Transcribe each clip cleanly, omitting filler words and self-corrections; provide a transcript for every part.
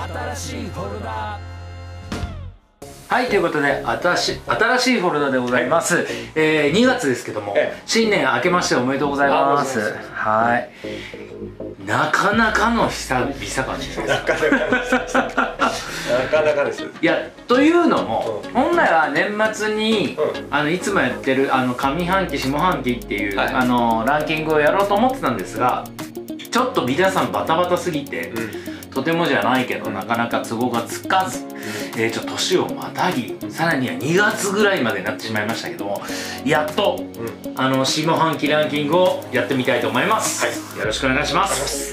新しいフォルダ。 はい、ということで新しいフォルダでございます。2月ですけども、新年明けましておめでとうございます。はい。なかなかの久々感です。 なかなかです。 いや、というのも、本来は年末にいつもやってる上半期下半期っていうランキングをやろうと思ってたんですが、ちょっと皆さんバタバタすぎて、とてもじゃないけどなかなか都合がつかず、ちょっと年をまたぎ、さらには2月ぐらいまでになってしまいましたけども、やっと下半期ランキングをやってみたいと思います。よろしくお願いします。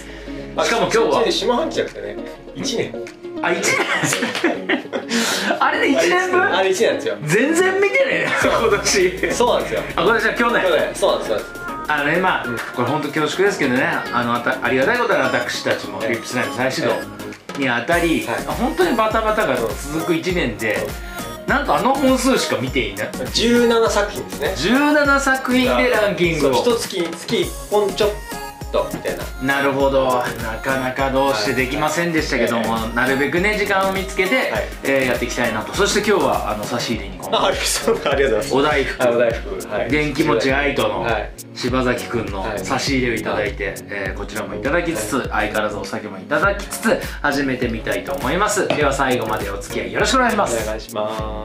しかも今日は下半期じゃなくてね、1年。 あ、1年あれで1年分。 あれ1年なんですよ。 全然見てねえ今年。 そうなんですよ。 あ、今年は去年。 そうなんです。 まあこれ本当恐縮ですけどね、ありがたいことは私たちもフィリップスライム再始動にあたり、本当にバタバタが続く1年で、なんと本数しか見ていない 17作品ですね。 17作品でランキングを 1月1本ちょっとみたいな。 なるほど。なかなかどうしてできませんでしたけども、なるべくね時間を見つけてやっていきたいなと。そして今日は差し入れにありがとうございます。 お大福、元気持ち愛との柴崎くんの差し入れをいただいて、こちらもいただきつつ、相変わらずお酒もいただきつつ始めてみたいと思います。では最後までお付き合いよろしくお願いします。 お願いします。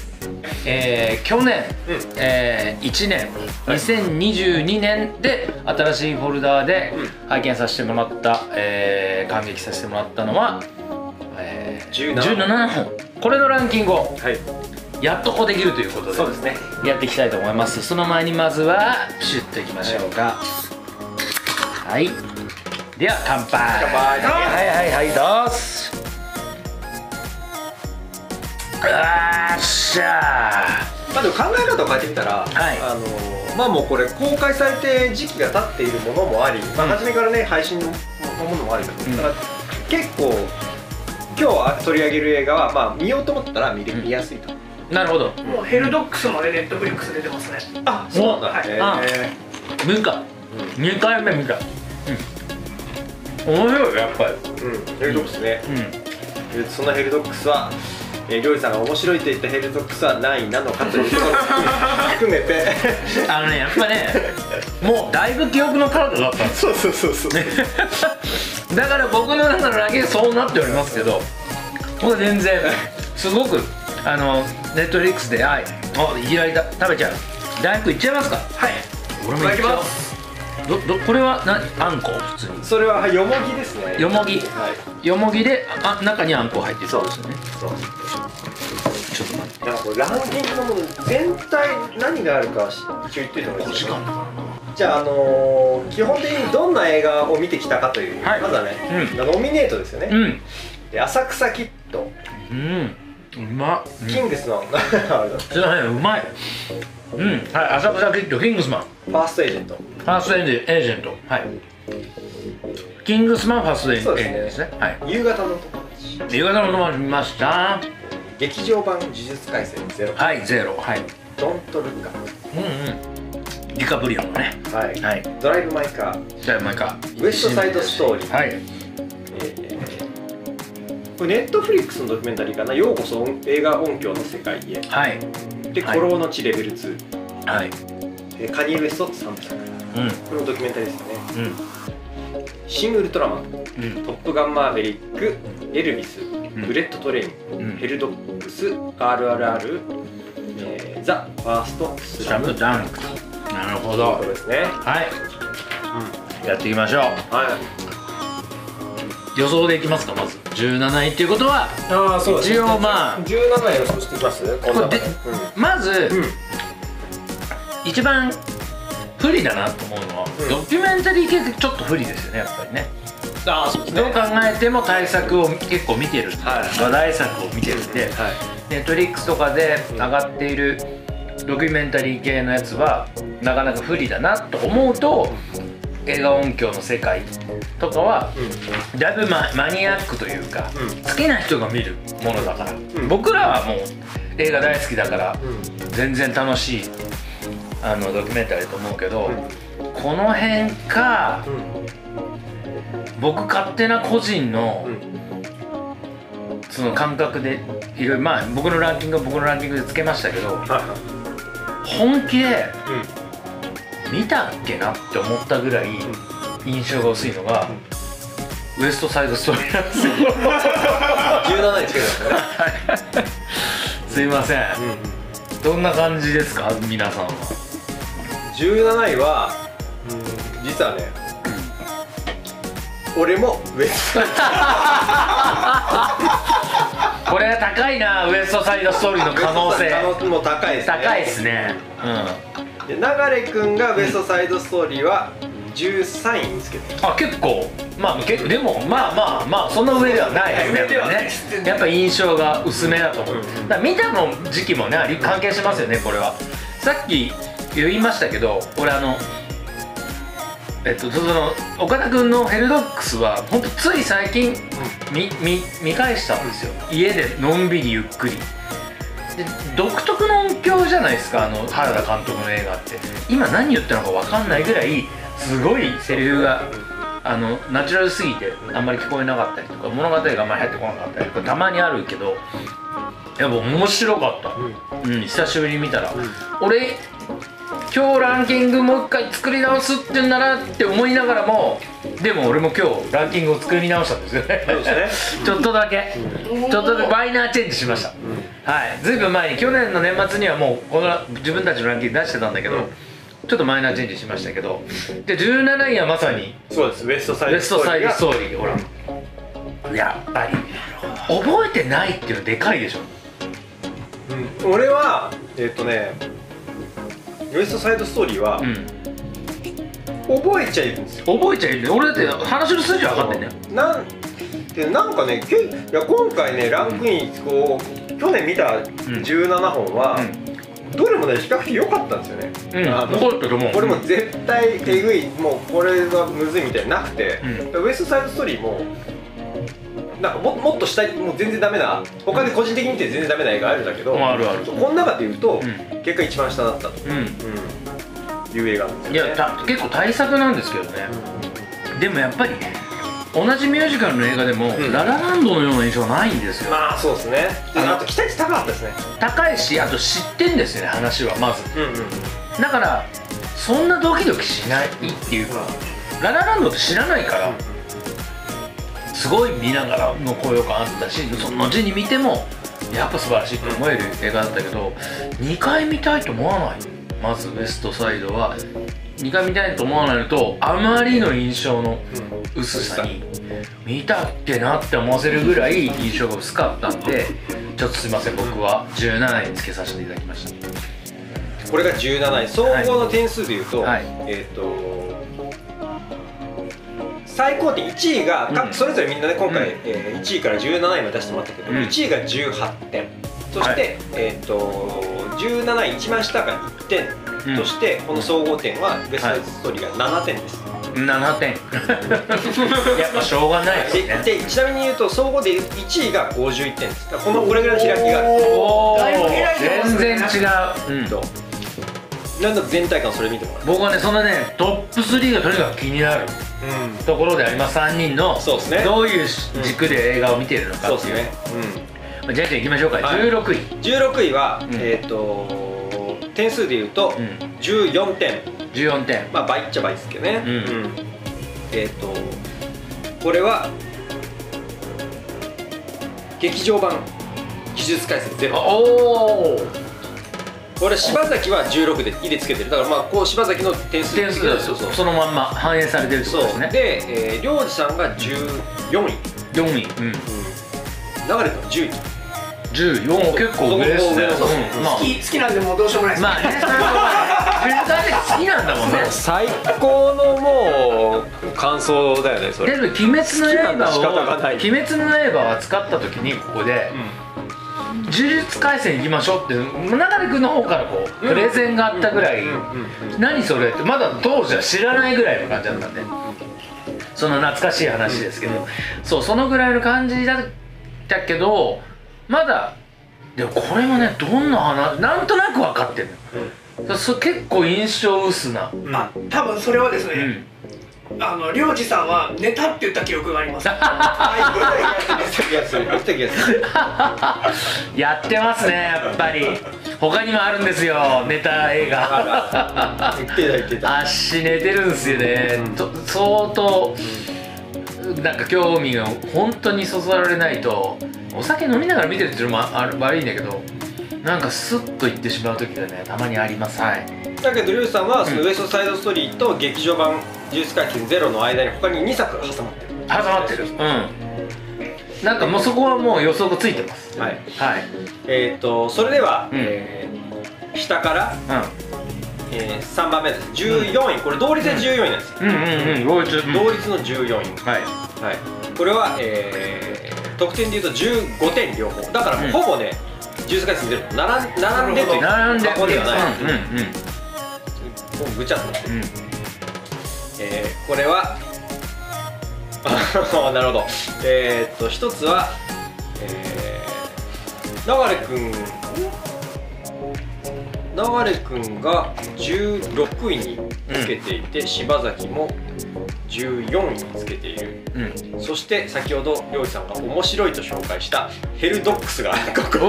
去年、1年2022年で新しいフォルダーで拝見させてもらった、感激させてもらったのは、17本。これのランキングをやっとこうできるということで、そうですね、やっていきたいと思います。その前にまずはピシュッといきましょうか。はい、では乾杯。はいどうぞ。あっしゃー。 まあでも考え方を変えてみたら、まあもうこれ公開されて時期が経っているものもあり、初めからね配信のものもありだから結構今日取り上げる映画はまあ見ようと思ったら見やすいと。 なるほど。 もうヘルドックスまでネットフリックス出てますね。 あ、そうなんだ。 見た。2回目見た。面白いやっぱり。 ヘルドックスね。そのヘルドックスはりょうじさんが面白いと言ったヘルドックスは何位なのかというところも含めてやっぱね、もうだいぶ記憶のカードだったんです。 そうだから僕の中のランキングそうなっておりますけど、これ全然すごくネットフリックスでいきなり食べちゃう。大福いっちゃいますか。はい、俺もいっちゃおう。これはあんこ普通に。 それはよもぎですね。 よもぎ。よもぎで中にあんこ入ってる。そうですよね。ちょっと待って。 だからこれランキングのもの全体何があるか一応言っておいた方がいいですか。じゃあ基本的にどんな映画を見てきたかという、まずはねノミネートですよね。浅草キッド。 うまっ。 キングスマン。 うまい。はい、浅草キッド、キングスマン、 ファーストエージェント。 はい。キングスマン、ファーストエージェントですね。はい。 夕方の友達。 夕方の友達見ました。 劇場版呪術廻戦ゼロ。 はい、ゼロ。はい。 ドントルッカ。 ディカプリオのね。 はい。ドライブマイカー。ウエストサイドストーリー。はい。これネットフリックスのドキュメンタリーかな。ようこそ映画音響の世界へ。はい。で、古老の地レベル2。はい。カニエ・ウエスト3部作。これもドキュメンタリーですよね。シン・ウルトラマン、トップガンマーヴェリック、エルビス、ブレッドトレイン、ヘルドックス、RRR、ザ・ファースト・スラムダンク。 なるほど。 そうですね。 はい。やっていきましょう。予想でいきますか。まず17位っていうことは、一応まあ 17位予想していきます。 まず一番不利だなと思うのは、ドキュメンタリー系ってちょっと不利ですよね、やっぱりね。どう考えても大作を結構見てる、話題作を見てるんで、ネットフリックスとかで上がっているドキュメンタリー系のやつはなかなか不利だなと思うと、映画音響の世界とかはだいぶマニアックというか、好きな人が見るものだから、僕らはもう映画大好きだから全然楽しいドキュメンタリーだと思うけど、この辺か、僕勝手な個人のその感覚でいろいろ、まあ僕のランキングは僕のランキングでつけましたけど、本気で見たっけなって思ったぐらい印象が薄いのがウエストサイドストーリーなんですよ。 17位つけてましたね。 すいません、どんな感じですか皆さんは。 17位は実はね、俺もウエストサイドこれ高いな、ウエストサイドストーリーの可能性。 可能性も高いですね。 高いですね。 で、流君がウエストサイドストーリーは13位につけてる。 あ、結構、まあでもまあそんな上ではないですね。やっぱ印象が薄めだと思う。だから見たの時期もね関係しますよね。これはさっき言いましたけど、俺その岡田君のヘルドックスは本当つい最近見返したんですよ。家でのんびりゆっくりで、独特の音響じゃないですか、原田監督の映画って。今何言ってるのか分かんないぐらいすごいセリフがナチュラルすぎてあんまり聞こえなかったりとか、物語があんまり入ってこなかったりとかたまにあるけど、やっぱ面白かった。久しぶりに見たら、俺今日ランキングもう一回作り直すってんならって思いながらも、でも俺も今日ランキングを作り直したんですよね。そうですね。ちょっとだけマイナーチェンジしました。はい。ずいぶん前に去年の年末にはもうこの自分たちのランキング出してたんだけど、ちょっとマイナーチェンジしましたけど、で17位はまさにそうです、ウエストサイドストーリー。 ほら、やっぱり覚えてないっていうのでかいでしょ。 俺はウエストサイドストーリーは覚えちゃいるんですよ。 覚えちゃいる。俺だって話の筋は分かってんだよ。 なんかね、いや今回ねランクインこう去年見た17本はどれもね比較的良かったんですよね。これも絶対えぐい、もうこれはむずいみたいななくて、ウエストサイドストーリーもなんかもっと下にもう全然ダメな、他で個人的に見て全然ダメな映画あるんだけど、この中で言うと結果一番下だったという映画なんですよね。 いや結構大作なんですけどね。でもやっぱり同じミュージカルの映画でもララランドのような印象はないんですよ。 まあそうですね。あと期待値高かったですね。 高いし、あと知ってんですよね、話はまず。だからそんなドキドキしないっていうか、ララランドって知らないからすごい見ながらの高揚感あったし、その後に見てもやっぱ素晴らしいと思える映画だったけど、2回見たいと思わない。まずウエストサイドは2回見たいと思わないのと、あまりの印象の薄さに見たっけなって思わせるぐらい印象が薄かったんで、ちょっとすいません、僕は17位につけさせていただきました。 これが17位、総合の点数でいうと、最高点1位がそれぞれみんなね今回1位から17位まで出してもらったけど、1位が18点、そして17位一番下が1点として、この総合点はウエストサイドストーリーが7点です。 7点やっぱしょうがないですね。 でちなみに言うと総合で1位が51点です。これぐらいの開きがある。 だいぶ開いてますね。 全然違う。 なんだ全体感それ見てもらう。 僕はね、そのねトップ3がとにかく気になるところであります。3人のどういう軸で映画を見ているのかっていうね。じゃあいきましょうか。16 位は点数でいうと14点。まあ倍っちゃ倍ですけどね。これは劇場版呪術廻戦0。これ柴崎は16で入れつけてる。だからまあこう柴崎の点数そのまんま反映されてるってことですね。 で良二さんが14位。 流れ君は10位。 14結構上ですね。 好きなんでもうどうしようもないです。 まあね、好きなんだもんね。 最高のもう感想だよねそれ。 でも鬼滅の刃を扱った時にここで呪術廻戦行きましょうって流君の方からこうプレゼンがあったぐらい、何それってまだ当時は知らないぐらいの感じだったんで、その懐かしい話ですけど、そのぐらいの感じだったけど、まだでもこれもね、どんな話なんとなく分かってるの。結構印象薄な。 多分それはですね、 りょうじさんはネタって言った記憶があります。 やってますね、やっぱり。他にもあるんですよ、ネタ映画。 言ってた。 足寝てるんですよね。相当なんか興味が本当にそそられないと、お酒飲みながら見てるっていうのも悪いんだけど、なんかスッといってしまう時がね、たまにあります。はい。 だけどりょうじさんはそのウエストサイドストーリーと劇場版呪術廻戦ゼロの間に他に2作が挟まってる。 挟まってる。うん。なんかもうそこはもう予想がついてます。 はい。 はい。 それでは、下から、3番目です。14位、これ同率で14位なんですよ。同率の14位。はい。はい。これは、得点でいうと15点両方。だからもうほぼね、呪術廻戦ゼロ並んでという過去ではない。もうぐちゃっとなってる。これはなるほど。一つは流くんが16位につけていて、柴崎も14位につけている、そして先ほどりょうじさんが面白いと紹介したヘルドックスがここ。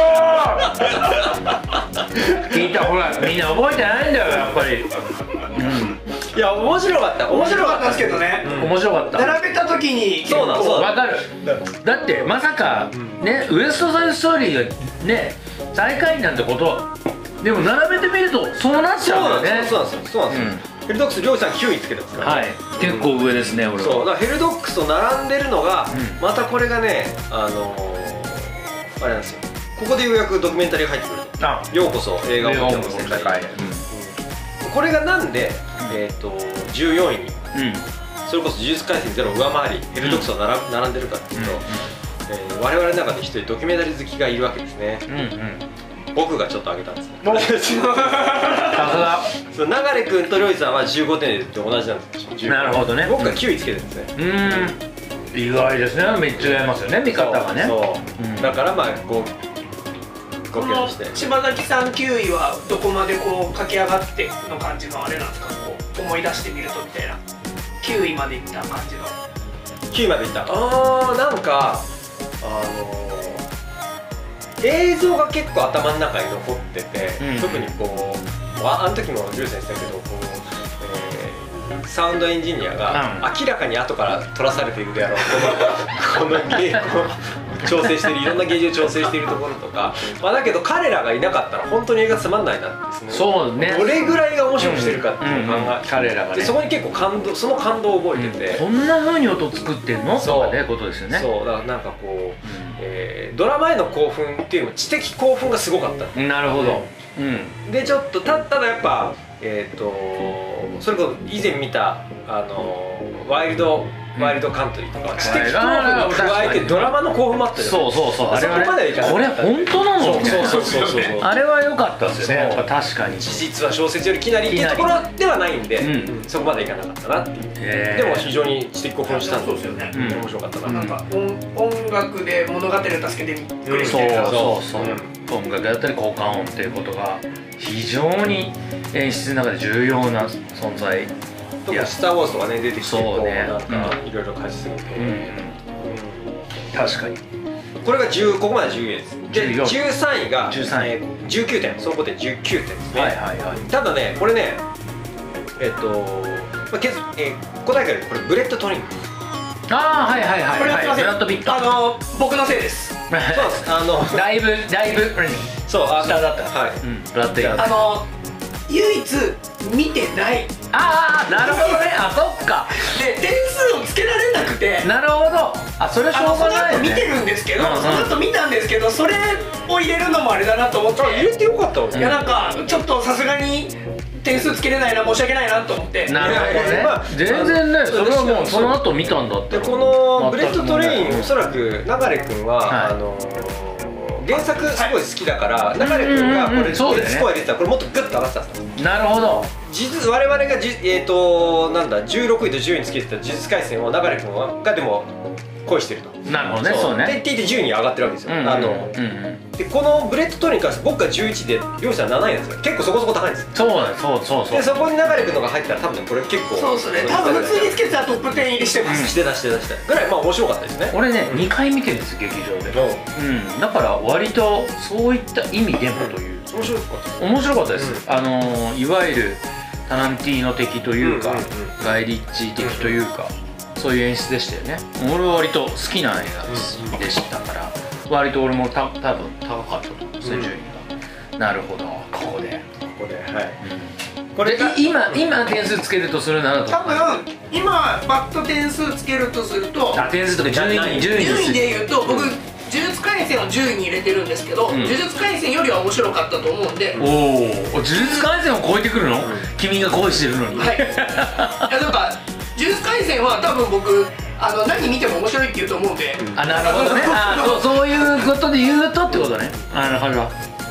聞いた、ほらみんな覚えてないんだよ、やっぱり。 いや面白かった、 面白かったですけどね。 面白かった。 並べた時にそうなん、 わかる。だってまさかね、ウエストサイドストーリーがね最下位なんてことは、でも並べてみるとそうなっちゃうんだよね。 そうなんですよ。ヘルドックスりょうじさん9位つけてますから。 はい。結構上ですね、俺は。 そうだからヘルドックスと並んでるのがまたこれがね、あれなんですよ。ここでようやくドキュメンタリーが入ってくると。ようこそ映画音響の世界へ。これがなんで14位に、それこそ呪術廻戦ゼロを上回りヘルドックスと並んでるかっていうと、我々の中で一人ドキュメンタリー好きがいるわけですね。僕がちょっと上げたんですね。流くんとりょうじさんは15点で同じなんですよ。 なるほどね。 僕が9位つけてるんですね。 意外ですね。めっちゃ違いますよね、見方がね。 だからまあ合計として柴崎さん9位はどこまでこう駆け上がっての感じのあれなんですか、こう思い出してみるとみたいな。9位までいった感じの。 9位までいった。なんか映像が結構頭の中に残ってて、特にこうあの時もジュル先生だけど、サウンドエンジニアが明らかに後から撮らされているであろうこのゲームを調整している、いろんなゲージを調整しているところとか、だけど彼らがいなかったら本当に映画つまんないなってですね。そうね。どれぐらいが面白くしてるかっていうのを考え、彼らがね、そこに結構その感動を覚えてて、 こんな風に音作ってんのとかね、ことですよね。 そうだからなんかこうドラマへの興奮っていうのも知的興奮がすごかった。 なるほど。 でちょっとただやっぱそれこそ以前見たワイルドカントリーとか知的興奮が加えてドラマの興奮もあったじゃないですか。そうあれはこれ本当なの？ そうあれは良かったですよね。やっぱ確かに事実は小説よりきなりっていうところではないんで、そこまでいかなかったなっていう。でも非常に知的興奮したんですよね。面白かったな。なんか音楽で物語を助けてくれる。 そう音楽だったり効果音っていうことが非常に演出の中で重要な存在。 特にスター・ウォーズとかね出てきて、なんかいろいろ開始するんで、 確かにこれがここまで10位です。で13位が19点、総合点19点ですね。ただねこれね答えから言うとこれブレッド・トリング。 これはすいません、僕のせいです。 そうです。だいぶそう下だった。ブラッド・トリング唯一見てない。 なるほどね。そっか。 で点数をつけられなくて。 なるほど。それはしょうがないよね。 その後見てるんですけど、その後見たんですけど、それを入れるのもあれだなと思って。 入れてよかったわ。 いやなんかちょっとさすがに点数つけれないな、申し訳ないなと思って。 なるほどね。全然ね、それはもうその後見たんだって。 このブレッドトレイン、おそらく流君は原作すごい好きだから、流君がこれスコア入れてたらこれもっとグッと上がってたんですよ。 なるほど。 実我々がなんだ16位と10位につけてた呪術廻戦を流君がでも恋してると。 なるほどね。そうね。 でって言って10位に上がってるわけですよ。でこのブレッドトレインに関して僕が11で漁師さん7位なんですよ。結構そこそこ高いんですよ。 そうだ、そう。 でそこに流れくのが入ったら多分ねこれ結構そうですね。多分普通につけてたらトップ10入りしてます。 してたぐらいまあ面白かったですね。 俺ね2回見てるんですよ劇場で。だから割とそういった意味でもという。 面白かった。 面白かったです。いわゆるタランティーノ的というかガイ・リッチー的というか。そういう演出でしたよね。俺は割と好きな映画でしたから割と俺も多分高かったと思うんですね、順位が。なるほど。ここではい、 これ今点数つけるとするなら多分今バッと点数つけるとすると点数とか順位で言うと僕呪術廻戦を10位に入れてるんですけど、呪術廻戦よりは面白かったと思うんで。 呪術廻戦を超えてくるの？君が恋してるのに。はい。 なんか呪術廻戦は多分僕何見ても面白いって言うと思うんで。 なるほどね。そういうことで言うとってことね。なるほど。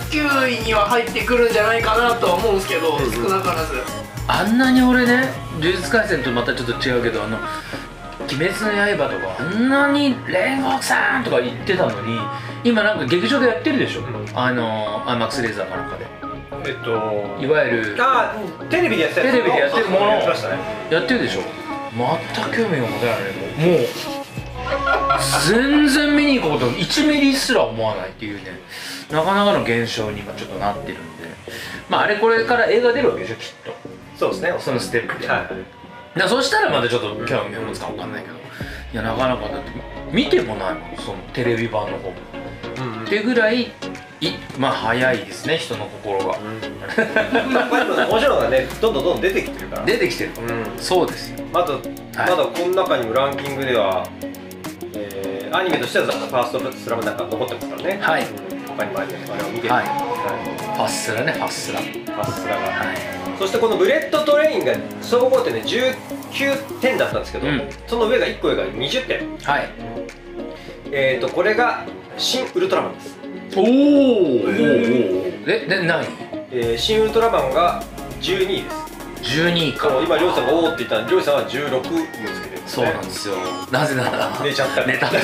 9位には入ってくるんじゃないかなとは思うんですけど、少なからず。 あんなに俺ね呪術廻戦とまたちょっと違うけど鬼滅の刃とかあんなに煉獄さんとか言ってたのに今なんか劇場でやってるでしょ。アイマックスレーザーかなんかで。いわゆるテレビでやってるものをやってるでしょ。全く興味が持てないね。もう全然見に行こうと1ミリすら思わないっていうね、なかなかの現象に今ちょっとなってるんで、まああれこれから映画出るわけでしょきっと。 そうですね、 そのステップで。そしたらまたちょっと興味を持つか分かんないけど、いやなかなかだって見てもないもんそのテレビ版の方も。ってぐらいまあ早いですね人の心が。 面白いのがねどんどん出てきてるから。 出てきてる。そうですよ。 まだこの中にもランキングではアニメとしてはファーストスラムなんか残ってますからね。 はい。 他にもあれを見てる。 ファッスラね、ファッスラが。そしてこのブレッドトレインが総合点で19点だったんですけど、その上が1個上が20点。はい。これが新ウルトラマンです。 おお。で何？ 新ウルトラマンが12位です。 12位か。 今りょうさんがおおって言ったのでりょうさんは16位をつけてるんですね。 そうなんですよ。なぜなら寝ちゃった。 寝た。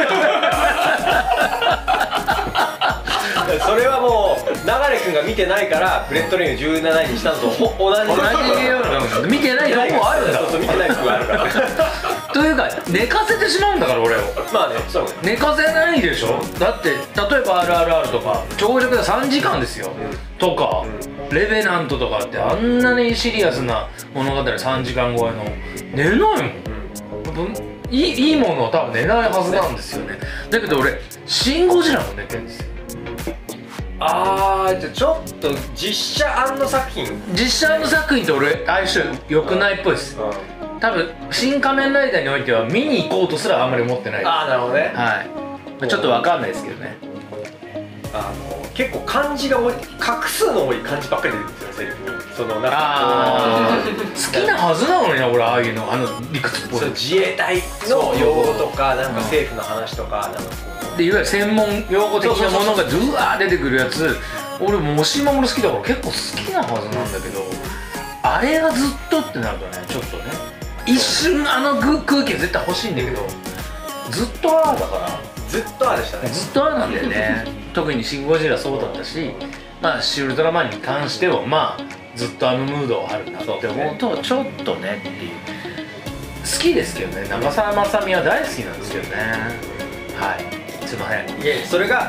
それはもう流君が見てないからブレッドレインを17位にしたのと同じような見てないとこあるんだ。 そう見てないとこあるからというか寝かせてしまうんだから俺を。 まあね、そうね。 寝かせないでしょ。だって例えば RRR とか長尺で3時間ですよ、とかレベナントとかってあんなにシリアスな物語3時間超えの寝ないもん。いいものは多分寝ないはずなんですよね。だけど俺シン・ゴジラも寝てるんですよ。 じゃあちょっと実写作品と俺相性良くないっぽいです。多分新仮面ライダーにおいては見に行こうとすらあんまり思ってない。 なるほどね。 はい、ちょっと分かんないですけどね。 結構漢字が多い、画数の多い漢字ばっかり出てくるんですよセリフに。そのなんか好きなはずなのにな俺ああいうの理屈っぽい。 自衛隊の用語とかなんか政府の話とかなんかでいわゆる専門用語的なものがドゥワー出てくるやつ、俺も押し守る好きだから結構好きなはずなんだけど、あれがずっとってなるとねちょっとね一瞬空気絶対欲しいんだけどずっとだからずっとでしたね。 ずっとなんだよね。特にシン・ゴジラそうだったし、まあシン・ウルトラマンに関してはまあずっとムードはあるなって思うとちょっとねっていう。好きですけどね、長澤まさみは大好きなんですけどね。はい、すいません。 それが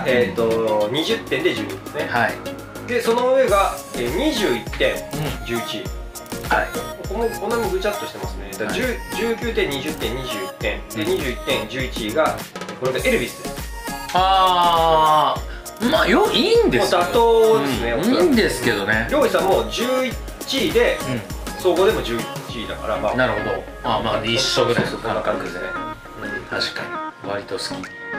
20点で12ですね。はい。でその上が21点11位。はい。こんなにぐちゃっとしてますね。19点20点21点で21点11位がこれがエルビスです。 まあいいんですよ。 妥当ですね。 いいんですけどね。 りょういさんも11位で総合でも11位だからなるほど。まあ一緒ぐらいの感覚でね。確かに割と好き。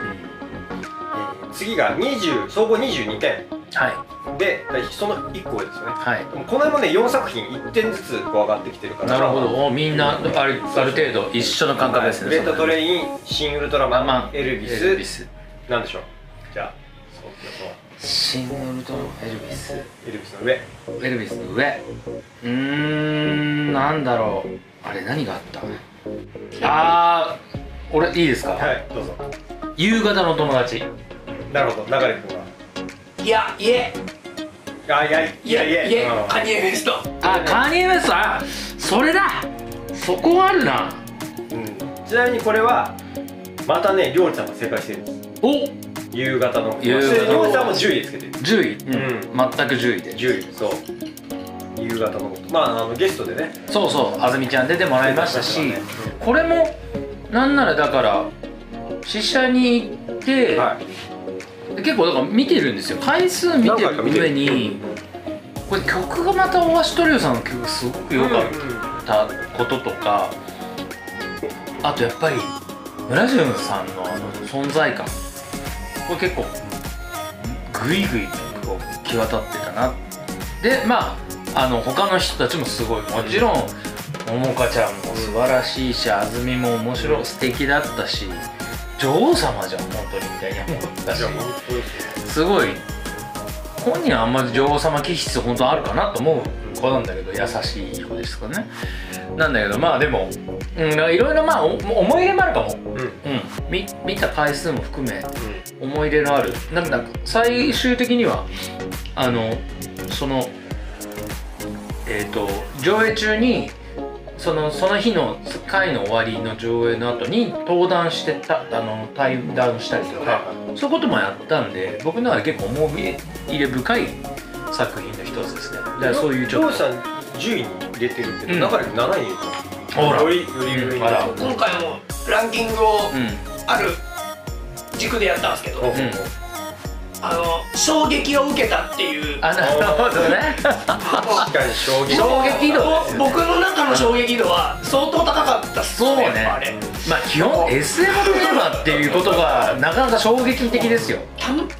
次が総合22点。 はい。 でその1個上ですよね。はい。この辺もね4作品1点ずつ上がってきてるから。 なるほど。みんなある程度一緒の感覚ですね。 ブレッドトレイン、シン・ウルトラマン、エルビス、なんでしょう。じゃあシン・ウルトラマン、エルビスの上。 エルビスの上。なんだろう。あれ何があった？ 俺いいですか。 はいどうぞ。 夕方の友達。 なるほど、流れ君は。 いやいえあ、いやカニエ・ウェスト。 あ、カニエ・ウェスト。あ、それだ。そこあるな。 ちなみにこれはまたね、りょうちゃんが正解してるんです。 お、 夕方の。 夕方のりょうちゃんも10位つけてる。 10位。全く10位で。 10位、そう。夕方の。まあゲストでね。 そうそう、あずみちゃん出てもらいましたし、これもなんならだから試写に行って、結構だから見てるんですよ。回数見てる上に、これ曲がまた大橋トリオさんの曲すごく良かったこととか、あとやっぱり村ジュンさんの存在感、これ結構グイグイこう際立ってたな。で他の人たちもすごい、もちろん桃香ちゃんも素晴らしいし、安住も面白い素敵だったし、女王様じゃん本当にみたいに思ったし、すごい本人はあんまり女王様気質本当あるかなと思う子なんだけど、優しい子ですかね。なんだけどでも、いろいろ思い入れもあるかも。見た回数も含め、思い入れのある、なんか最終的にはその上映中にその日の回の終わりの上映の後に登壇して対談したりとか、そういうこともやったんで、僕の中で結構思い入れ深い作品の一つですね。だからそういうちょっと。 さん10位に入れてるけど、中で7位にいると。 ほら。 より上に。 今回もランキングをある軸でやったんですけど、衝撃を受けたっていう。 なるほどね。 確かに衝撃度。 僕の中の衝撃度は相当高かったっすね。 そうね。基本 SM テーマっていうことがなかなか衝撃的ですよ。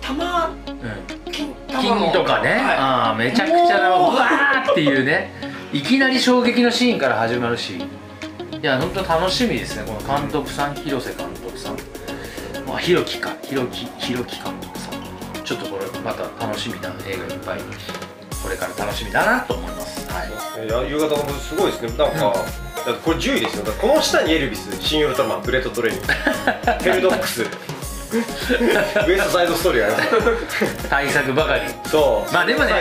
金とかね、めちゃくちゃなわーっていうね、いきなり衝撃のシーンから始まるし、いや本当楽しみですね。この監督さん、広瀬監督さん、ひろき監督さん、ちょっとこれまた楽しみな映画いっぱいこれから楽しみだなと思います。 夕方もすごいですね。なんかだってこれ10位ですよ。この下にエルビス、シン・ウルトラマン、グレートトレーニング、ヘルドックス、ウエストサイドストーリーが大作ばかり。 そう。 でもね、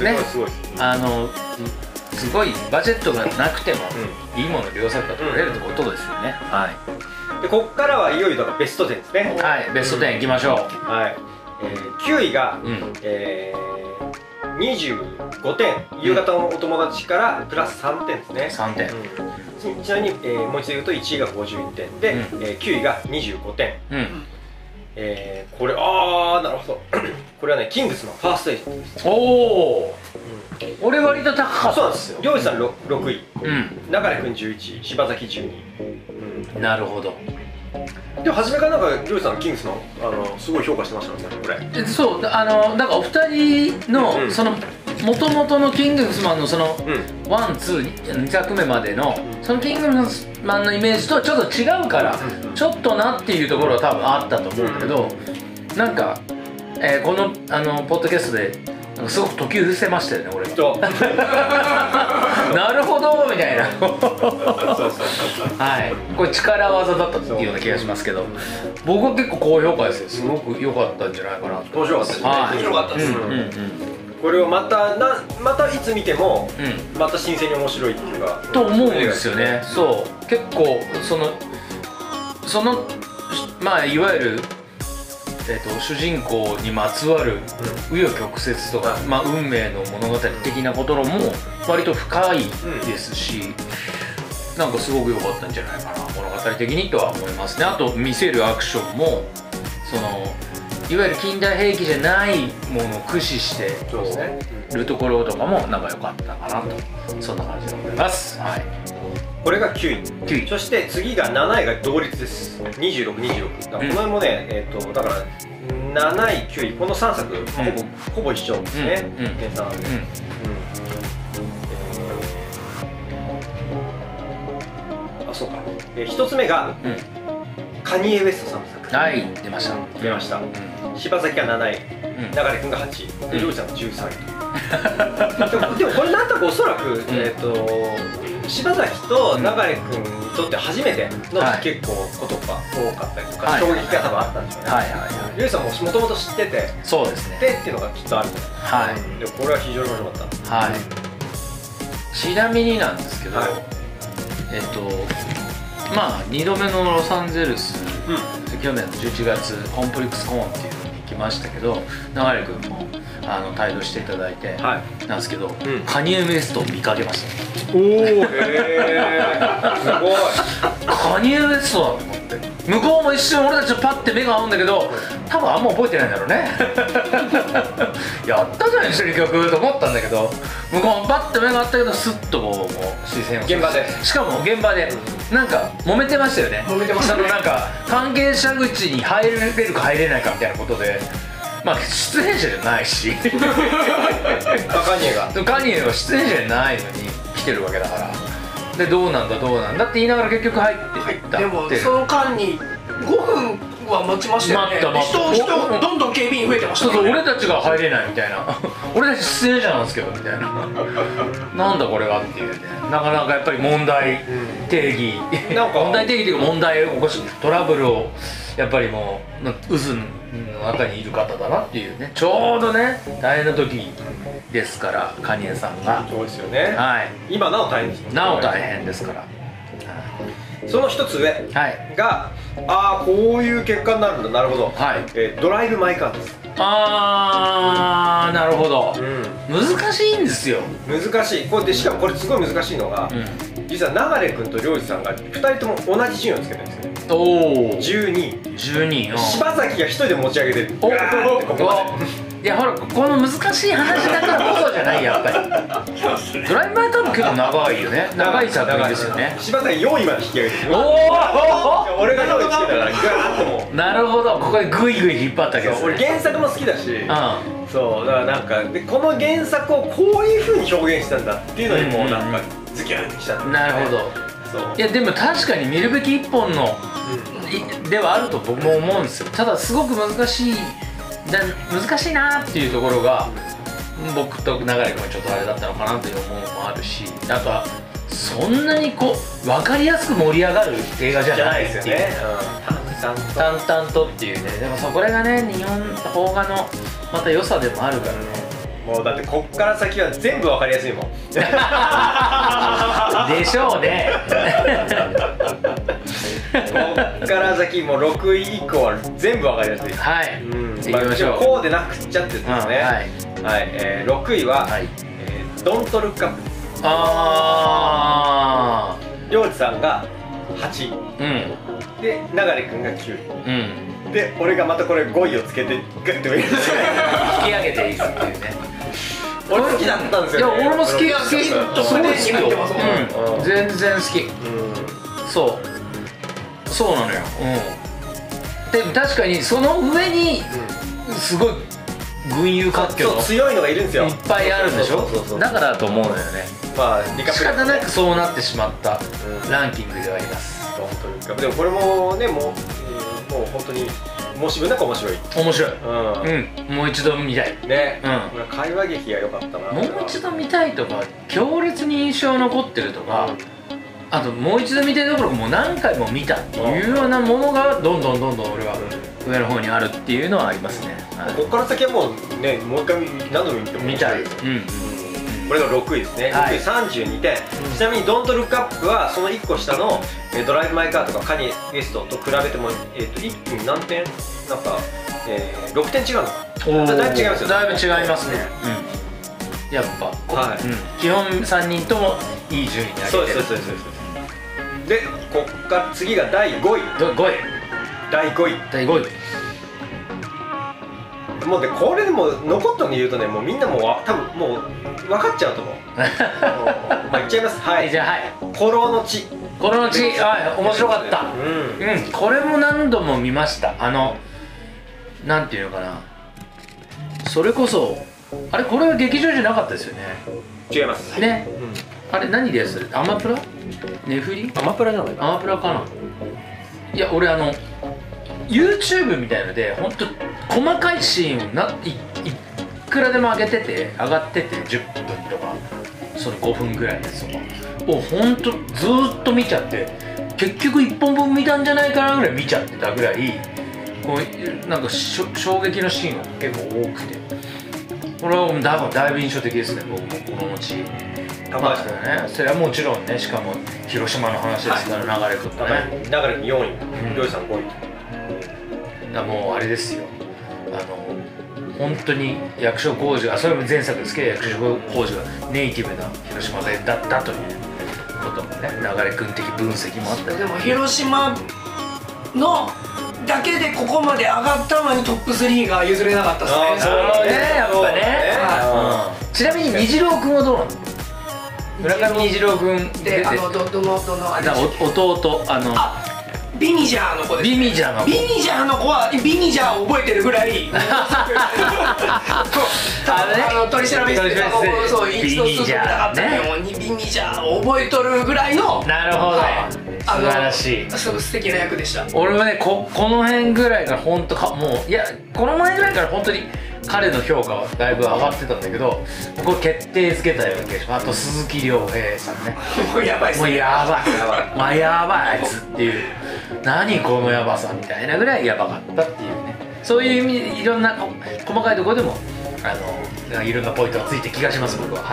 すごいバジェットがなくてもいいもの両作が取れるってことですよね。 でここからはいよいよベスト10ですね。 はい、ベスト10いきましょう。 9位が25点、夕方のお友達からプラス3点ですね。 3点。 ちなみにもう一度言うと1位が51点で、9位が25点。これなるほど。これはね、キングスのファーストエイジです。 おお。俺割と高かったですよ。 りょうじさん6位、中根君11位、柴崎12位。 なるほど。 でも初めからなんかりょうじさんキングスのすごい評価してましたね、これ。 そう、なんかお二人のその元々のキングスマンのそのワンツー2作目までのそのキングスマンのイメージとちょっと違うから、ちょっとなっていうところは多分あったと思うんだけど、なんかこのポッドキャストですごく時を伏せましたよね、俺が。なるほどみたいな。はい、これ力技だったっていうような気がしますけど、僕は結構高評価ですよ。すごく良かったんじゃないかな。 面白かったですね。 面白かったです。 これをまたいつ見てもまた新鮮に面白いっていうかと思うんですよね。そう結構そのいわゆる主人公にまつわる紆余曲折とか、運命の物語的なことも割と深いですし、なんかすごく良かったんじゃないかな、物語的にとは思いますね。あと見せるアクションもいわゆる近代兵器じゃないものを駆使してるところとかもなんか良かったかなと、そんな感じでございます。 これが9位。そして次が7位が同率です。26、26。この辺もね、だから7位、9位、この3作ほぼ一緒ですね。計算。そうか。1つ目がカニエ・ウェストさんの作品。 はい、出ました。 柴崎が7位、流君が8位、でりょうちゃんが13位と。でもこれなんとかおそらく柴崎と流君にとって初めての結構ことが多かったりとか、衝撃が多分あったんですよね。ゆうさんももともと知ってて、 そうですね。 でっていうのがきっとあるじゃないですか。でこれは非常に面白かった。 はい。ちなみになんですけど、まあ2度目のロサンゼルス、去年の11月コンプレックスコーンっていうのに行きましたけど、流君も帯同していただいてなんですけど、カニエ・ウエストを見かけました。おお、へえ、すごい。カニエ・ウエストだと思って、向こうも一瞬俺たちとパッて目が合うんだけど、多分あんま覚えてないんだろうね。やったじゃん一緒に曲と思ったんだけど、向こうもパッて目が合ったけど、スッとこう視線を、 現場で、 しかも現場でなんか揉めてましたよね。 揉めてましたね。 なんか関係者口に入れるか入れないかみたいなことで、まあ出演者じゃないし、カニエが出演者じゃないのに来てるわけだから、でどうなんだって言いながら結局入っていった。 でもその間に5分は待ちましたよね。人どんどん警備員増えてましたね。 そう、俺たちが入れないみたいな、俺たち出演者なんですけどみたいな、なんだこれはっていうね、なかなかやっぱり問題定義、問題定義というか問題を起こし、トラブルをやっぱりもう渦の中にいる方だなっていうね、ちょうどね大変な時ですから、カニエさんが。 そうですよね。 はい。 今なお大変です。 なお大変ですから。 その一つ上が、ああこういう結果になるんだ、なるほど。ドライブ・マイ・カーです。 ああ、なるほど。難しいんですよ。 難しい。これでしかもこれすごい難しいのが、実は流君と良二さんが2人とも同じ順位をつけてるんですよね。おお。12。柴崎が1人で持ち上げてる。おお。 いやほら、この難しい話だからこそじゃない、やっぱり。ドライブ・マイ・カーも結構長いよね。長い作品ですよね。 柴崎4位まで引き上げてる。おお。俺が4位つけたからガーッともう。 なるほど、ここでグイグイ引っ張ったけど。 俺原作も好きだし。そうだからなんかでこの原作をこういう風に表現したんだっていうのにもうなんかズキュンってきた。 なるほど。いやでも確かに見るべき一本のではあると僕も思うんですよ。ただすごく難しいなっていうところが、僕と流君はちょっとあれだったのかなという思いもあるし、あとはそんなにこう分かりやすく盛り上がる映画じゃないですよね。淡々とっていうね。でもこれがね、日本邦画のまた良さでもあるからね。 もうだってこっから先は全部分かりやすいもん。 でしょうね。 こっから先もう6位以降は全部分かりやすい。はい。行きましょう。こうでなくっちゃってですね。はい。6位はドントルックアップ。ああ。良二さんが8位。で流君が9位。で俺がまたこれ5位をつけてグッと上に引き上げていいですっていうね。 俺好きだったんですよね。 いや俺も好き。全然好き。そうなのよ。でも確かにその上にすごい群雄割拠の強いのがいるんですよ。 いっぱいあるんでしょ。だからだと思うのよね。まあ仕方なくそうなってしまったランキングではあります。 でもこれもね、もう本当に申し分なく面白い。 面白い。もう一度見たいね。これ会話劇が良かったな。 もう一度見たいとか、強烈に印象残ってるとか、あともう一度見たいどころかもう何回も見たっていうようなものがどんどん俺は上の方にあるっていうのはありますね。 ここから先はもうね、もう一回何度も見ても見たい。 これが6位ですね。6位32点。ちなみにドントルックアップはその1個下のドライブ・マイ・カーとかカニエ・ウエストと比べても一気に何点なんか6点違うのか。だいぶ違いますよね。 だいぶ違いますね。やっぱ基本3人ともいい順位に上げてる。そうでこっから次が第5位。第5位。もうでこれでも残ったの言うとね、もうみんなもう多分もう分かっちゃうと思う。まあいっちゃいます。はい。じゃあ古老の地。 面白かった。これも何度も見ました。なんていうのかな、それこそあれこれは劇場じゃなかったですよね。 違いますね。あれ何でやってた？アマプラ？ネフリ？ アマプラじゃないかな。 アマプラかな。いや俺YouTube みたいので本当細かいシーンをいくらでも上がってて10分とかその5分ぐらいのやつとかをほんとずーっと見ちゃって、結局1本分見たんじゃないかなぐらい見ちゃってたぐらい、こうなんか衝撃のシーンが結構多くて、これはだいぶ印象的ですね。僕もこの後まあね、それはもちろんね、しかも広島の話ですから、流れ君とね、 流れ君4位、りょうさん5位だ、もうあれですよ、本当に役所広司が、それも前作ですけど、役所広司がネイティブな広島弁だったということもね、流れ君的分析もあったり。 でも広島のだけでここまで上がったのにトップ3が譲れなかったですね。 そうね、やっぱね。ちなみに虹郎君はどうなの？村上虹郎君で、どのあれ弟、 ビニジャーの子です。 ビニジャーの子。 ビニジャーの子はビニジャーを覚えてるぐらい。取り調べしてそう一度すぐなかったようにビニジャーを覚えとるぐらいの。 なるほど。素晴らしい。 すごい素敵な役でした。 俺はね、この辺ぐらいから本当もう、いや、この前ぐらいから本当に彼の評価はだいぶ上がってたんだけど、これ決定づけたような気がします。あと鈴木亮平さんね。 もうやばいっすね。 もうやばいあいつっていう、何このやばさみたいなぐらいやばかったっていうね、そういう意味でいろんな細かいところでもいろんなポイントがついて気がします。僕は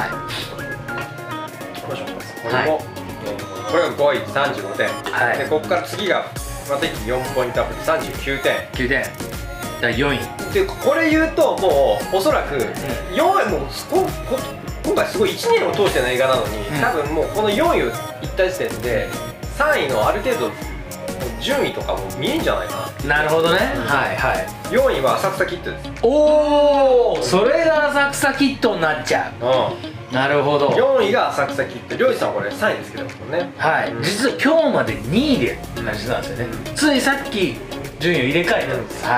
これが5位35点、はい、でここから次がまた一気に4ポイントアップで39点 9点第4位で、これ言うともうおそらく4位も今回すごい1年を通しての映画なのに、多分もうこの4位をいった時点で3位のある程度順位とかも見えんじゃないかな。 なるほどね。はいはい。 4位は浅草キッドです。 おお、それが浅草キッドになっちゃう。なるほど。 4位が浅草キッド、りょうじさんこれ3位ですけどね。 はい、実は今日まで2位で同じなんですよね。ついさっき順位を入れ替えたんです。はい、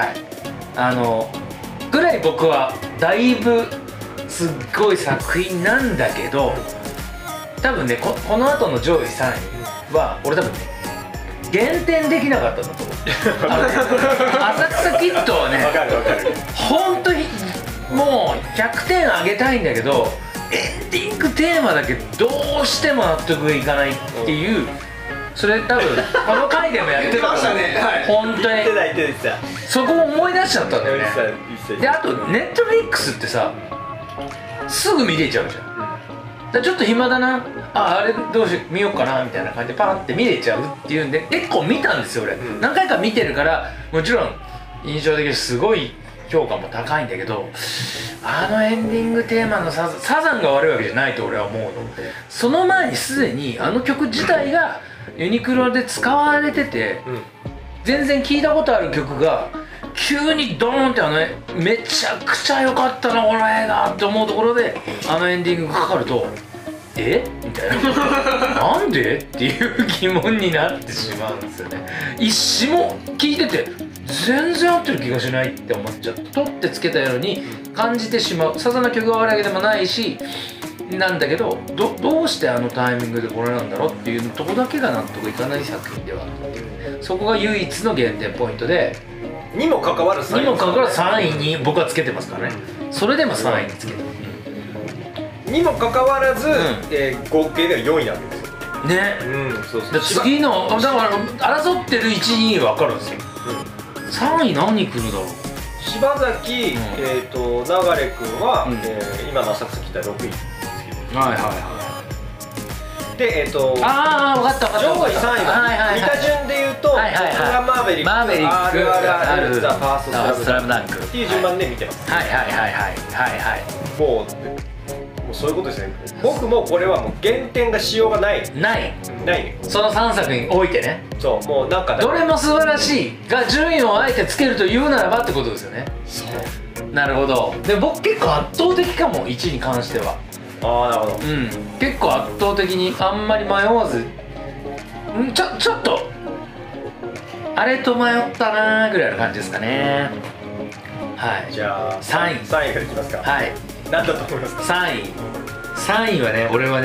ぐらい僕はだいぶすっごい作品なんだけど、多分ね、この後の上位3位は俺多分ね減点できなかったんだと思う。浅草キッドはね、本当にもう100点あげたいんだけど、エンディングテーマだけどうしても納得いかないっていう、それ多分この回でもやってたから本当にそこを思い出しちゃったんだよね。で、あとネットフリックスってさ、すぐ見れちゃうじゃん。ちょっと暇だな、あれどうしよう見ようかなみたいな感じでパンって見れちゃうっていうんで、結構見たんですよ俺。何回か見てるから、もちろん印象的ですごい評価も高いんだけど、エンディングテーマのサザンが悪いわけじゃないと俺は思うの。その前にすでに曲自体がユニクロで使われてて、全然聞いたことある曲が急にドーンってめちゃくちゃ良かったなこの映画って思うところでエンディングがかかると、えみたいななんでっていう疑問になってしまうんですよね。一詞も聞いてて全然合ってる気がしないって思っちゃって、取ってつけたように感じてしまう。サザンの曲が悪いわけでもないしなんだけど、どうしてタイミングでこれなんだろうっていうとこだけが納得いかない作品ではあるっていう、そこが唯一の減点ポイントで、 にもかかわらず 3位に僕はつけてますからね。それでも3位につけてる、 にもかかわらず、合計では4位なわけですよね。 そうそう、 次のだから争ってる1、2位分かるんですよ。3位何来るだろう。 柴崎、流君は、今の浅草キッドは6位ですけど、 はいはいはい。 で分かった上位3位は似た順で言うと、僕がマーベリック、RRR、ザ・ファースト・スラムダンクっていう順番で見てます。もうそういうことですね。僕もこれはもう減点がしようがないその3作においてね。 そう、もうなんかどれも素晴らしいが順位をあえてつけると言うならばってことですよね。そうなるほど。で僕結構圧倒的かも、1に関しては。 なるほど。 結構圧倒的にあんまり迷わず、ちょっとあれと迷ったなーぐらいの感じですかね。はい。 じゃあ 3位からいきますか。 はい。 何だと思いますか。 3位はね、俺は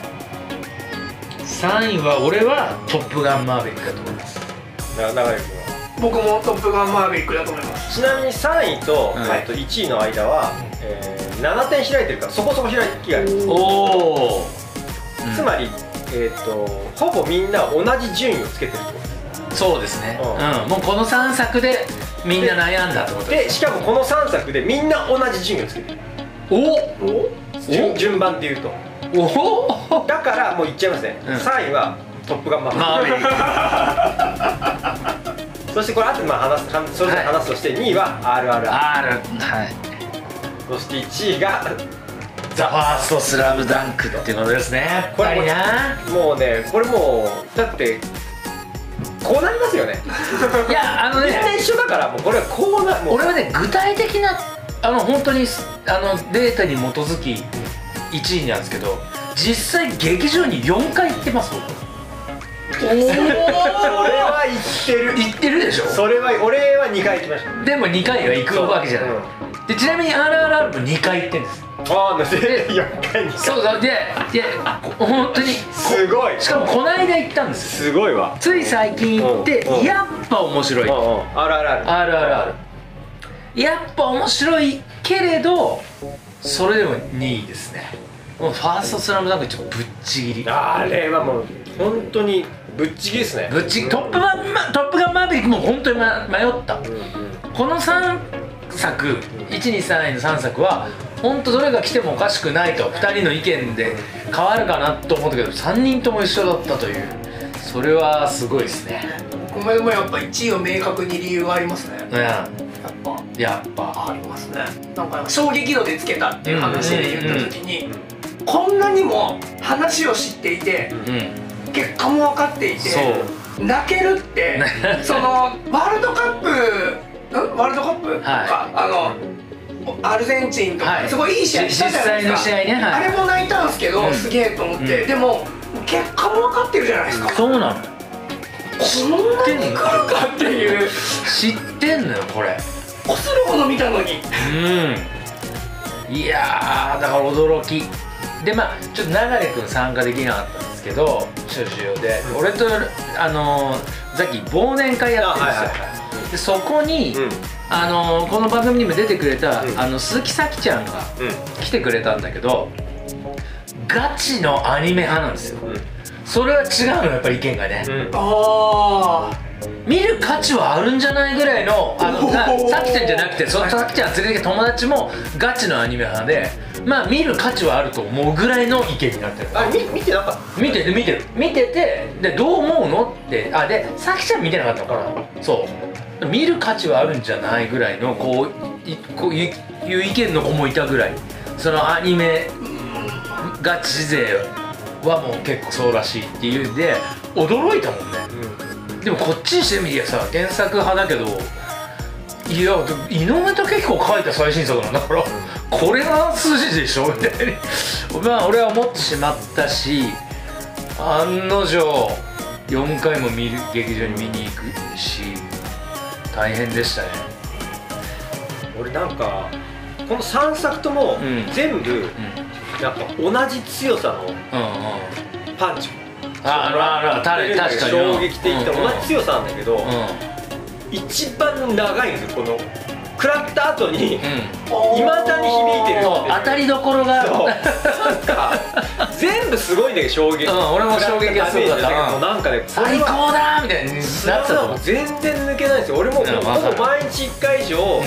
トップガンマーヴェリックだと思います。 流れ君は。 僕もトップガンマーヴェリックだと思います。 ちなみに3位と1位の間は7点開いてるから、そこそこ開きがある。 おお。 つまりほぼみんな同じ順位をつけてるってことです。 そうですね、もうこの3作でみんな悩んだってことで、しかもこの3作でみんな同じ順位をつけてる。順番でいうとだからもう言っちゃいますね、3位は「トップガンマーヴェリック」そしてこれ後でそれぞれ話すとして2位は「RRR」、そして1位が 「ザ・ファーストスラムダンクっていうことですね。やっぱりな、 もうね、これもうだってこうなりますよね。 いやみんな一緒だから、もうこれはこうな、 俺はね、具体的な本当にデータに基づき1位なんですけど、実際劇場に4回行ってます僕。 それは行ってるでしょ。 それは俺は2回行きました。 でも2回は行くわけじゃない。でちなみに RRR も2回行ってるんです。 ああ、で4回にそうだ。で本当にすごい。 しかもこの間行ったんですよ。すごいわ。 つい最近行ってやっぱ面白い。 RRR やっぱ面白いけれど、それでも2位ですね。もうファーストスラムダンクちょっとぶっちぎり。 あれはもう本当にぶっちぎりですね。 トップガンマーヴェリックも本当に迷った。この3作、123位の3作は本当どれが来てもおかしくないと、2人の意見で変わるかなと思ったけど、3人とも一緒だったという、それはすごいですね。 僕もでもやっぱ1位は明確に理由がありますね。やっぱありますね。なんか衝撃度でつけたっていう話で言った時に、こんなにも話を知っていて、結果も分かっていて泣けるってそのワールドカップか、アルゼンチンとかすごいいい試合したじゃないですか。あれも泣いたんですけど、すげえと思って。でも結果も分かってるじゃないですか。 そうなの。 こんなに来るかっていう。 知ってんのよこれ。 こするほど見たのに。 いやー、だから驚きで、ちょっと流君参加できなかったんですけど、主要で俺とザキ忘年会やってるんですよ。でそこにこの番組にも出てくれた鈴木咲ちゃんが来てくれたんだけど、ガチのアニメ派なんですよ。それは違うの、やっぱり意見がね。見る価値はあるんじゃないぐらいの、さきちゃんじゃなくて、さきちゃん連れてきた友達もガチのアニメ派で、見る価値はあると思うぐらいの意見になってる。 見てなかった？ 見てて、でどう思うのって、でさきちゃん見てなかったのかな。そう見る価値はあるんじゃないぐらいのこういう意見の子もいたぐらい、そのアニメガチ勢はもう結構そうらしいっていうんで驚いたもんね。でもこっちにしてみりゃさ、原作派だけど、いや井上武彦書いた最新作なんだから、これが筋でしょみたいに俺は思ってしまったし、案の定4回も劇場に見に行くし大変でしたね。 俺なんかこの3作とも全部やっぱ同じ強さのパンチ、 確かに衝撃的な同じ強さなんだけど、一番長いんですよ。この食らった後にいまだに響いてる。 当たりどころがなんか全部すごいんだけど、衝撃。 俺も衝撃がすごかった。 なんかね、 最高だみたいになってたと思う。 全然抜けないんですよ。俺もほぼ毎日1回以上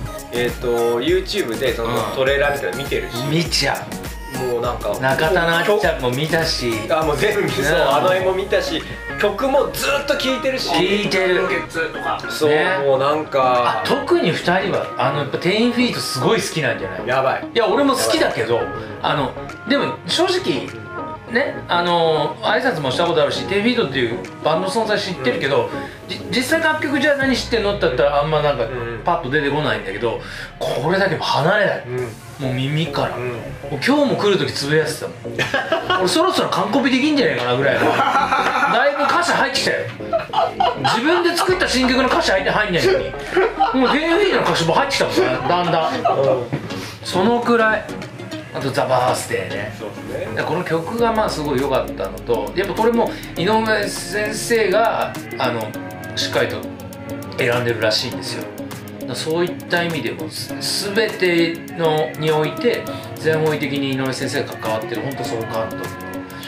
YouTube でそのトレーラーみたいなの見てるし、 見ちゃう。 もうなんか中田のあっちゃんも見たし、 もう全部そう、絵も見たし、曲もずっと聴いてるし、 聴いてる。 そう、もうなんか特に2人はやっぱ10フィートすごい好きなんじゃない？ やばい。 いや俺も好きだけど、でも正直ね、挨拶もしたことあるし、10フィートっていうバンド存在知ってるけど、実際楽曲じゃあ何知ってんのって言ったらあんまなんかパッと出てこないんだけど、これだけ離れない、もう耳から、もう今日も来る時つぶやいてたもん俺そろそろ完コピできんじゃないかなぐらいのだいぶ歌詞入ってきたよ。自分で作った新曲の歌詞入んないのに、もう10フィートの歌詞も入ってきたもんね、だんだんそのくらい。あとザ・バースデーね。この曲がすごい良かったのと、やっぱこれも井上先生がしっかりと選んでるらしいんですよ。そういった意味でも全てにおいて全方位的に井上先生が関わってる、本当総監督の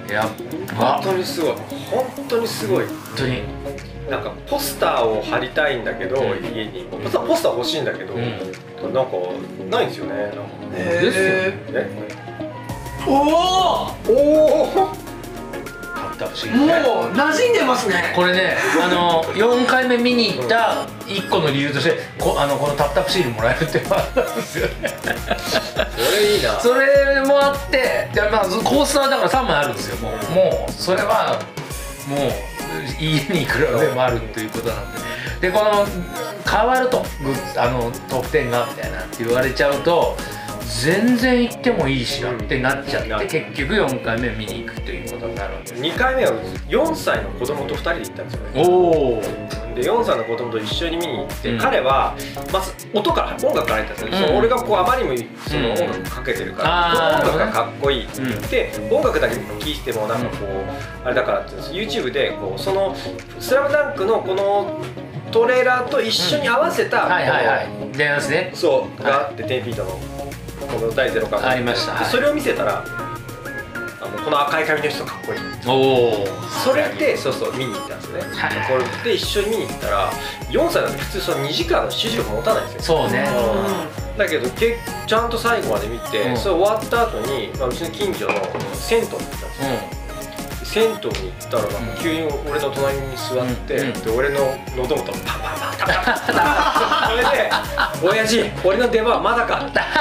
いや本当にすごい、本当にすごい。 本当になんかポスターを貼りたいんだけど、家にポスター欲しいんだけど、なんかないんですよね。 ですよ。 おお、もう馴染んでますね。 これね、4回目見に行った1個の理由としてこのタプタプシールもらえるっていうのがあったんですよね。 それいいな。 それもあって、で、まあ、コースターだから3枚あるんですよ。もうそれはもう家にいくらでもあるっていうことなんで、でこの変わると得点がみたいなって言われちゃうと全然行ってもいいしなってなっちゃって、結局4回目見に行くということになるわけです。 2回目は4歳の子供と2人で行ったんですよね。 おお。 で4歳の子供と一緒に見に行って、彼はまず音楽から入ったんですよね。俺がこうあまりにもその音楽かけてるから、音楽がかっこいいで、音楽だけ聴いてもなんかこうあれだからって YouTube でこうその「スラムダンクのこのトレーラーと一緒に合わせた出ますね。 そうがあって、10フィートのこの第0巻ありました。 それを見せたらこの赤い髪の人かっこいい。 おお。 それでそう見に行ったんですね。これで一緒に見に行ったら4歳なんで普通その2時間の集中力持たないんですよ。 そうね。 だけどちゃんと最後まで見て、それ終わった後にうちの近所の銭湯に行ったんですよ。銭湯に行ったらなんか急に俺の隣に座って、で俺の喉元パンパンパンパンパンパンそれで「親父俺の出番まだかよ」っつって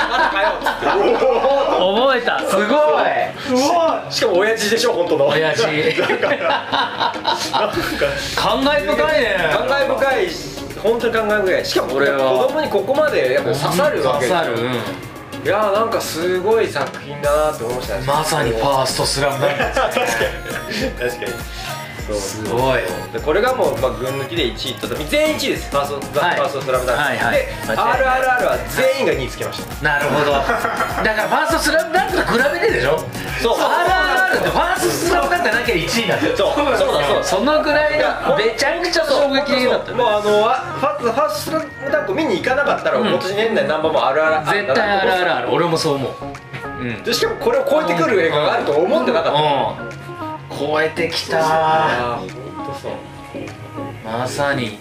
覚えた。すごい。しかも親父でしょ、本当の親父。感慨深いね。 感慨深い、本当に感慨深い。しかも俺は子供にここまでやっぱ刺さるわけですよ。いやーなんかすごい作品だなって思いましたね。 まさにファーストスラムダンクですね。 確かにすごい。 でこれがもう群抜きで1位と全員1位です。ファーストスラムダンクで RRR は全員が2位つけました。 なるほど。だからファーストスラムダンクと比べてでしょ。そう RRR ってファーストスラムダンクがなきゃ1位なんだよ。そうそのぐらいのめちゃくちゃ衝撃的だった。 もうファーストスラムダンク見に行かなかったら今年年内ナンバーも RRR 絶対 RRR。俺もそう思う。 でしかもこれを超えてくる映画があると思ってなかった。 超えてきたー。 本当そう。 まさに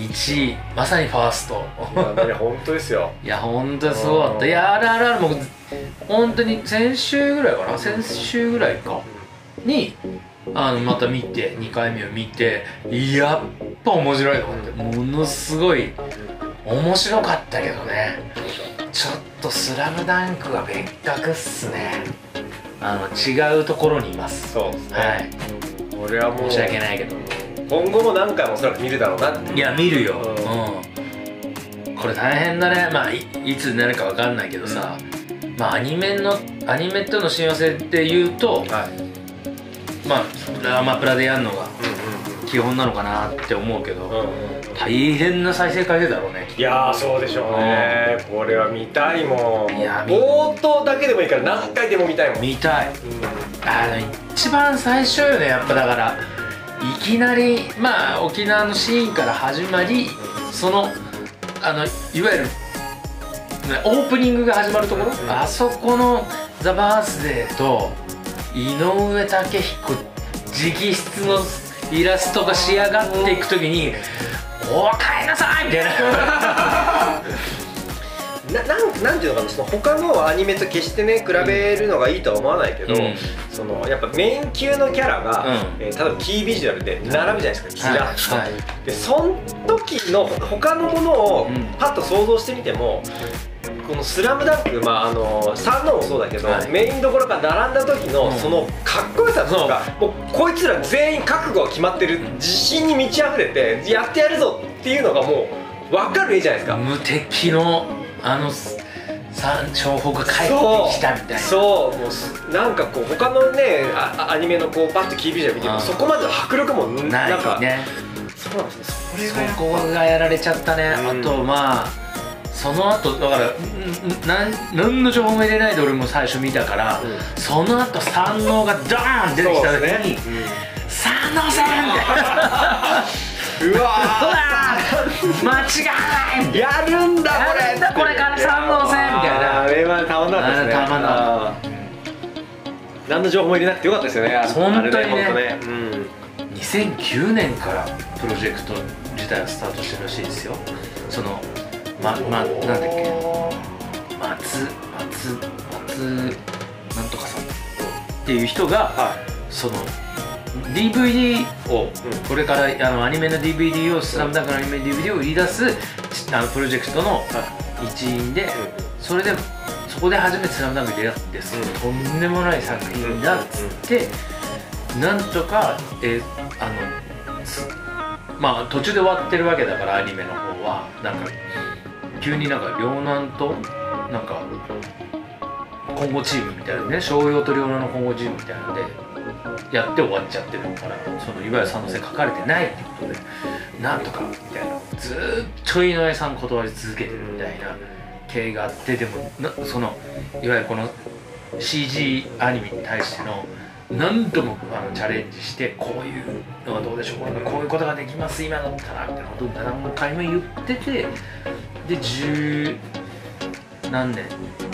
1位、まさにファースト。 いや本当ですよ。 いや本当にすごかった。いや RRR も本当に先週ぐらいかな、先週ぐらいかにまた見て2回目を見て、やっぱ面白いと思って、ものすごい面白かったけどね。ちょっとスラムダンクは別格っすね。違うところにいます。 そうですね。 はい。 俺はもう申し訳ないけど今後も何回もおそらく見るだろうなって。 いや見るよ。これ大変だね。まあ いつになるかわかんないけどさ、まあアニメとの親和性っていうと、まあアマプラでやるのが基本なのかなって思うけど、大変な再生回数だろうね。 いやーそうでしょうね。これは見たいもん。冒頭だけでもいいから何回でも見たいもん。 見たい。一番最初よね、やっぱ。だからいきなりまあ沖縄のシーンから始まり、そのいわゆるオープニングが始まるところ、あそこのザ・バースデーと井上武彦直筆のイラストが仕上がっていくときに「お帰りなさい!」みたいな。 なんていうのかな、その他のアニメと決してね比べるのがいいとは思わないけど、そのやっぱメイン級のキャラが、例えばキービジュアルで並ぶじゃないですか、キラッと。でその時の他のものをパッと想像してみても、この「スラムダンク、三能もそうだけど、メインどころから並んだ時のそのかっこよさとか、もうこいつら全員覚悟が決まってる、自信に満ち溢れてやってやるぞっていうのがもう分かる絵じゃないですか。 無敵の情報が返ってきたみたいな。 そうもうなんかこう他のねアニメのこうパッとキービジュアル見てもそこまでの迫力もないね。 そうなんですね。 そこがやられちゃったね。あとまあその後だから何の情報も入れないで俺も最初見たから、その後三能がドーン出てきた時に「三能戦!」みたいな。 うわー間違いない、 やるんだこれから三能戦みたいな。 あれはたまんなかったですね。 たまんなかった。 何の情報も入れなくてよかったですよね。 本当にね。2009年からプロジェクト自体はスタートしてるらしいですよ。そのなんだっけ、松なんとかさんっていう人が、その DVD をこれからアニメの DVD をスラムダンクのアニメ DVD を売り出すプロジェクトの一員で、そこで初めてスラムダンクに出会って、とんでもない作品だっつって、なんとかまあ途中で終わってるわけだから、アニメの方はなんか急になんか両南となんか混合チームみたいなね、商用と両南の混合チームみたいなのでやって終わっちゃってるから、そのいわゆる三能線書かれてないってことで、なんとかみたいな、ずーっと井上さん断り続けてるみたいな経緯があって、でもそのいわゆるこの CG アニメに対しての何度もチャレンジして、こういうのはどうでしょう、こういうことができます今だったらみたいなことを何回も言ってて、で10何年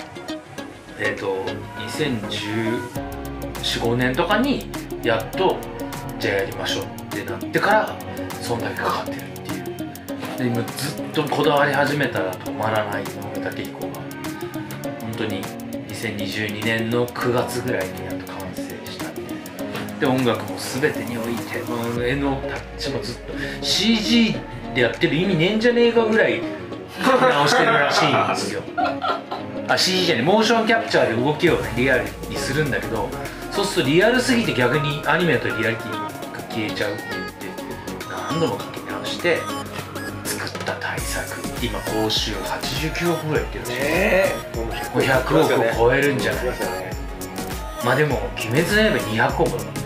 2014、15年とかにやっとじゃあやりましょうってなってからそんだけかかってるっていう。で今ずっとこだわり始めたら止まらない井上武彦が、本当に2022年の9月ぐらいにやっと完成したみたいな。で音楽も全てにおいて絵のタッチもずっと CG でやってる意味ねえんじゃねえかぐらい書き直してるらしいんですよ。CG じゃねえ、モーションキャプチャーで動きをねリアルにするんだけど、そうするとリアルすぎて逆にアニメだとリアリティが消えちゃうって言って何度も書き直して作った大作、今報酬89億ぐらいいってるらしい。500億を超えるんじゃないか。まあでも「鬼滅の刃」200億だもんね。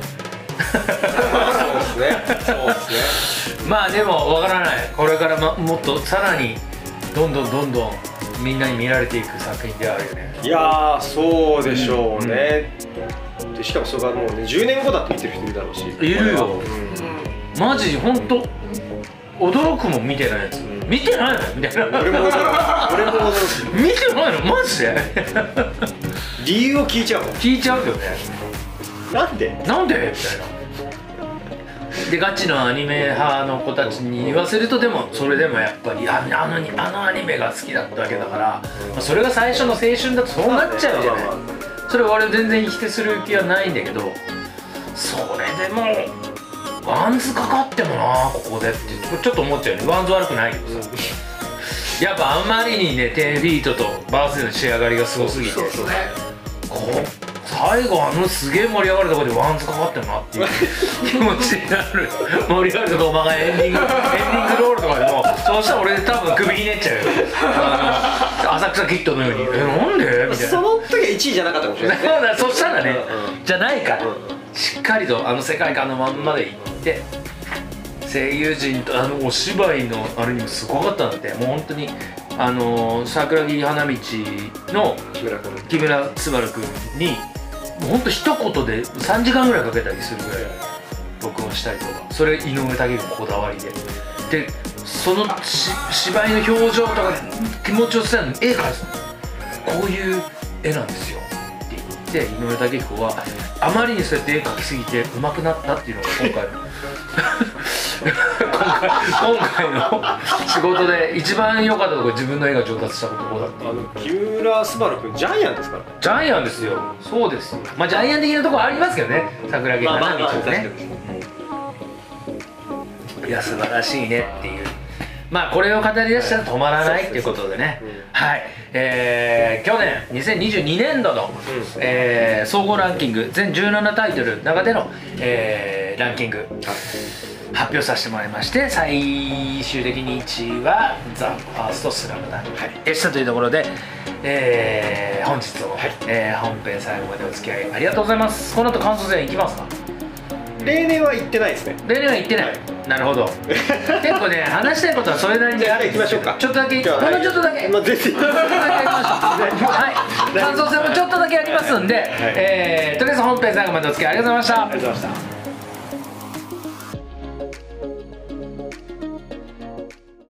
そうですね。まあでもわからない、これからもっとさらにどんどんみんなに見られていく作品であるよね。 いやーそうでしょうね。でしかもそれがもうね10年後だって言ってる人いるだろうし。 いるよ、マジほんと驚くもん。見てないやつ見てないのみたいな。俺も驚く。見てないのマジで。 理由を聞いちゃうよね。 なんでみたいな。でガチのアニメ派の子たちに言わせると、でもそれでもやっぱりあのアニメが好きだったわけだから、それが最初の青春だとそうなっちゃうじゃない。それは俺全然否定する気はないんだけど、それでもワンズかかってもなここでってちょっと思っちゃうよね。ワンズ悪くないけどさ、やっぱあんまりにね10フィートとバースデーの仕上がりがすごすぎて、最後すげえ盛り上がるところでワンズかかってるなっていう気持ちになる。盛り上がるところがエンディングロールとかでも、そうしたら俺多分首ひねっちゃうよ。浅草キッドのようになんでみたいな。 その時は1位じゃなかったかもしれない。 そしたらね、じゃないからしっかりと世界観のまんまでいって、声優陣とお芝居のあれにもすごかったんだって。もう本当に桜木花道の木村昴君にもうほんと一言で3時間ぐらいかけたりするぐらい録音したりとか、それ井上武彦のこだわりで、その芝居の表情とか気持ちを伝えるのに絵描いてたの。こういう絵なんですよって言って、井上武彦はあまりにそうやって絵描きすぎて上手くなったっていうのが今回の仕事で一番良かったところ、自分の絵が上達したところだっていう。 木村昴君ジャイアンですから。 ジャイアンですよ。そうですよ。まあジャイアン的なところありますけどね、桜木花道はね。いや素晴らしいねっていう。まあこれを語り出したら止まらないっていうことでね。はい、去年2022年度の、総合ランキング全17タイトルの中での、ランキング発表させてもらいまして、最終的に1位は「ザ・ファーストスラムダンクでしたというところで、本日を、本編最後までお付き合いありがとうございます。この後感想戦いきますか？ 例年は行ってないですね。 例年は行ってない、なるほど。結構ね話したいことはそれなりにあるんですけど、ちょっとだけ、ほんのちょっとだけ、 まあ全然はい、感想戦もちょっとだけありますんで、とりあえず本編最後までお付き合いありがとうございました。 ありがとうございました。